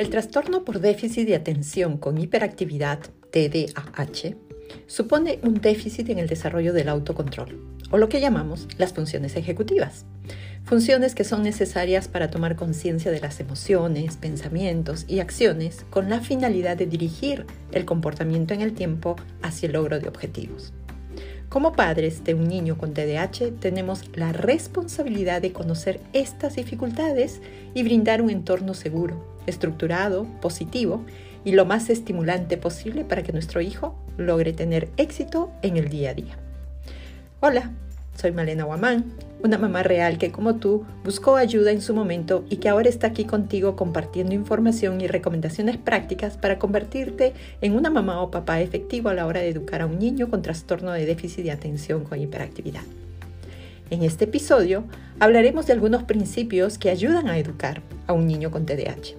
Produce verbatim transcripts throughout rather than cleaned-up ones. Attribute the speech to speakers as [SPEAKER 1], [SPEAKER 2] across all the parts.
[SPEAKER 1] El trastorno por déficit de atención con hiperactividad, T D A H, supone un déficit en el desarrollo del autocontrol, o lo que llamamos las funciones ejecutivas. Funciones que son necesarias para tomar conciencia de las emociones, pensamientos y acciones con la finalidad de dirigir el comportamiento en el tiempo hacia el logro de objetivos. Como padres de un niño con T D A H, tenemos la responsabilidad de conocer estas dificultades y brindar un entorno seguro, estructurado, positivo y lo más estimulante posible para que nuestro hijo logre tener éxito en el día a día. Hola, soy Malena Guamán, una mamá real que como tú buscó ayuda en su momento y que ahora está aquí contigo compartiendo información y recomendaciones prácticas para convertirte en una mamá o papá efectivo a la hora de educar a un niño con trastorno de déficit de atención con hiperactividad. En este episodio hablaremos de algunos principios que ayudan a educar a un niño con T D A H.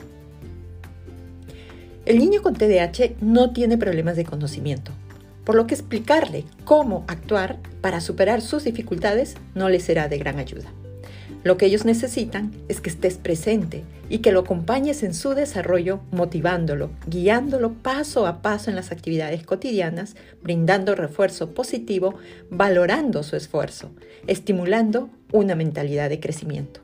[SPEAKER 1] El niño con T D A H no tiene problemas de conocimiento, por lo que explicarle cómo actuar para superar sus dificultades no les será de gran ayuda. Lo que ellos necesitan es que estés presente y que lo acompañes en su desarrollo, motivándolo, guiándolo paso a paso en las actividades cotidianas, brindando refuerzo positivo, valorando su esfuerzo, estimulando una mentalidad de crecimiento.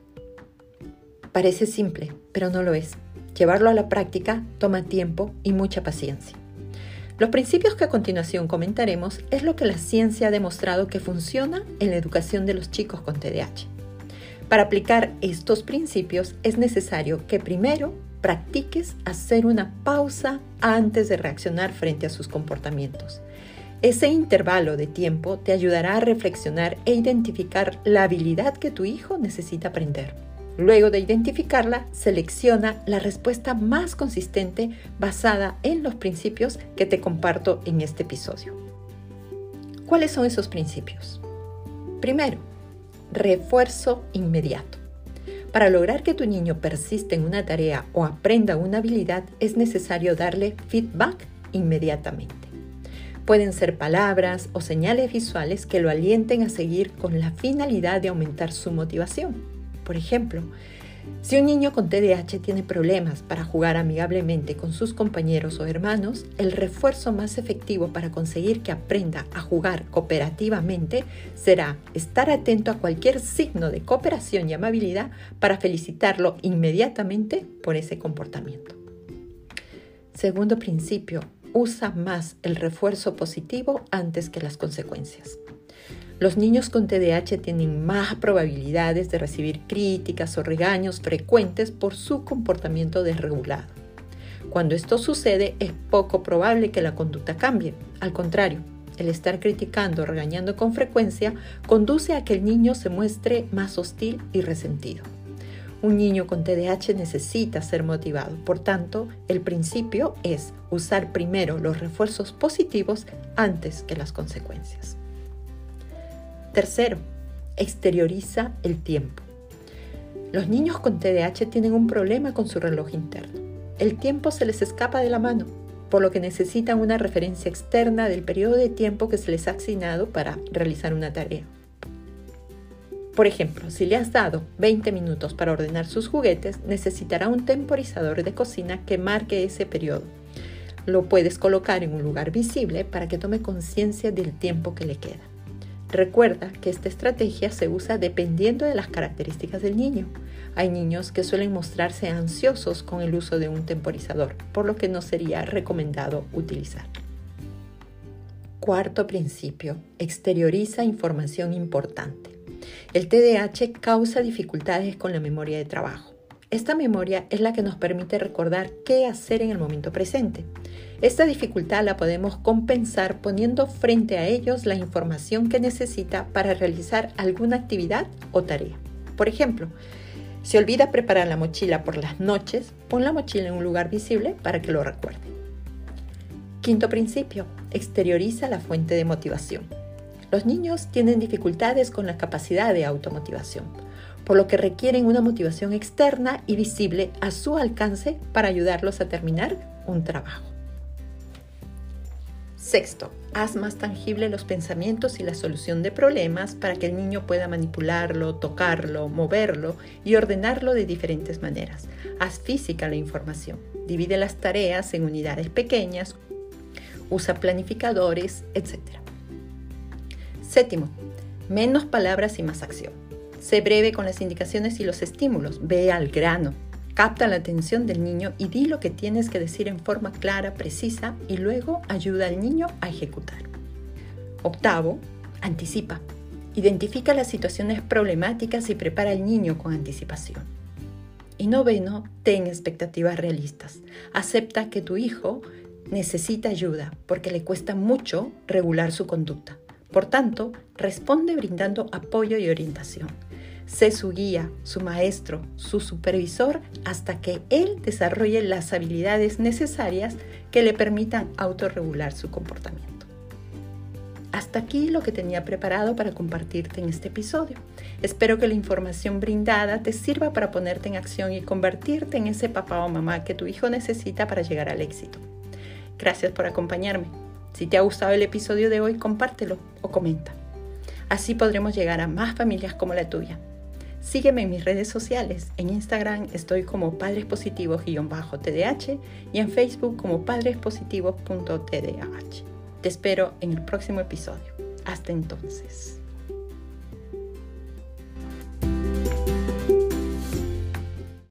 [SPEAKER 1] Parece simple, pero no lo es. Llevarlo a la práctica toma tiempo y mucha paciencia. Los principios que a continuación comentaremos es lo que la ciencia ha demostrado que funciona en la educación de los chicos con T D A H. Para aplicar estos principios es necesario que primero practiques hacer una pausa antes de reaccionar frente a sus comportamientos. Ese intervalo de tiempo te ayudará a reflexionar e identificar la habilidad que tu hijo necesita aprender. Luego de identificarla, selecciona la respuesta más consistente basada en los principios que te comparto en este episodio. ¿Cuáles son esos principios? Primero, refuerzo inmediato. Para lograr que tu niño persista en una tarea o aprenda una habilidad, es necesario darle feedback inmediatamente. Pueden ser palabras o señales visuales que lo alienten a seguir con la finalidad de aumentar su motivación. Por ejemplo, si un niño con T D A H tiene problemas para jugar amigablemente con sus compañeros o hermanos, el refuerzo más efectivo para conseguir que aprenda a jugar cooperativamente será estar atento a cualquier signo de cooperación y amabilidad para felicitarlo inmediatamente por ese comportamiento. Segundo principio, usa más el refuerzo positivo antes que las consecuencias. Los niños con T D A H tienen más probabilidades de recibir críticas o regaños frecuentes por su comportamiento desregulado. Cuando esto sucede, es poco probable que la conducta cambie. Al contrario, el estar criticando o regañando con frecuencia conduce a que el niño se muestre más hostil y resentido. Un niño con T D A H necesita ser motivado. Por tanto, el principio es usar primero los refuerzos positivos antes que las consecuencias. Tercero, exterioriza el tiempo. Los niños con T D A H tienen un problema con su reloj interno. El tiempo se les escapa de la mano, por lo que necesitan una referencia externa del periodo de tiempo que se les ha asignado para realizar una tarea. Por ejemplo, si le has dado veinte minutos para ordenar sus juguetes, necesitará un temporizador de cocina que marque ese periodo. Lo puedes colocar en un lugar visible para que tome conciencia del tiempo que le queda. Recuerda que esta estrategia se usa dependiendo de las características del niño. Hay niños que suelen mostrarse ansiosos con el uso de un temporizador, por lo que no sería recomendado utilizar. Cuarto principio, exterioriza información importante. El T D A H causa dificultades con la memoria de trabajo. Esta memoria es la que nos permite recordar qué hacer en el momento presente. Esta dificultad la podemos compensar poniendo frente a ellos la información que necesita para realizar alguna actividad o tarea. Por ejemplo, si olvida preparar la mochila por las noches, pon la mochila en un lugar visible para que lo recuerde. Quinto principio, exterioriza la fuente de motivación. Los niños tienen dificultades con la capacidad de automotivación, por lo que requieren una motivación externa y visible a su alcance para ayudarlos a terminar un trabajo. Sexto, haz más tangible los pensamientos y la solución de problemas para que el niño pueda manipularlo, tocarlo, moverlo y ordenarlo de diferentes maneras. Haz física la información. divide las tareas en unidades pequeñas, usa planificadores, etcétera. Séptimo, menos palabras y más acción. Sé breve con las indicaciones y los estímulos, ve al grano. Capta la atención del niño y di lo que tienes que decir en forma clara, precisa y luego ayuda al niño a ejecutar. Octavo, anticipa. Identifica las situaciones problemáticas y prepara al niño con anticipación. Y noveno, ten expectativas realistas. Acepta que tu hijo necesita ayuda porque le cuesta mucho regular su conducta. Por tanto, responde brindando apoyo y orientación. Sé su guía, su maestro, su supervisor hasta que él desarrolle las habilidades necesarias que le permitan autorregular su comportamiento. Hasta aquí lo que tenía preparado para compartirte en este episodio. Espero que la información brindada te sirva para ponerte en acción y convertirte en ese papá o mamá que tu hijo necesita para llegar al éxito. Gracias por acompañarme. Si te ha gustado el episodio de hoy, compártelo o comenta. Así podremos llegar a más familias como la tuya. Sígueme en mis redes sociales. En Instagram estoy como padrespositivos-T D A H y en Facebook como padrespositivos punto T D A H. Te espero en el próximo episodio. Hasta entonces.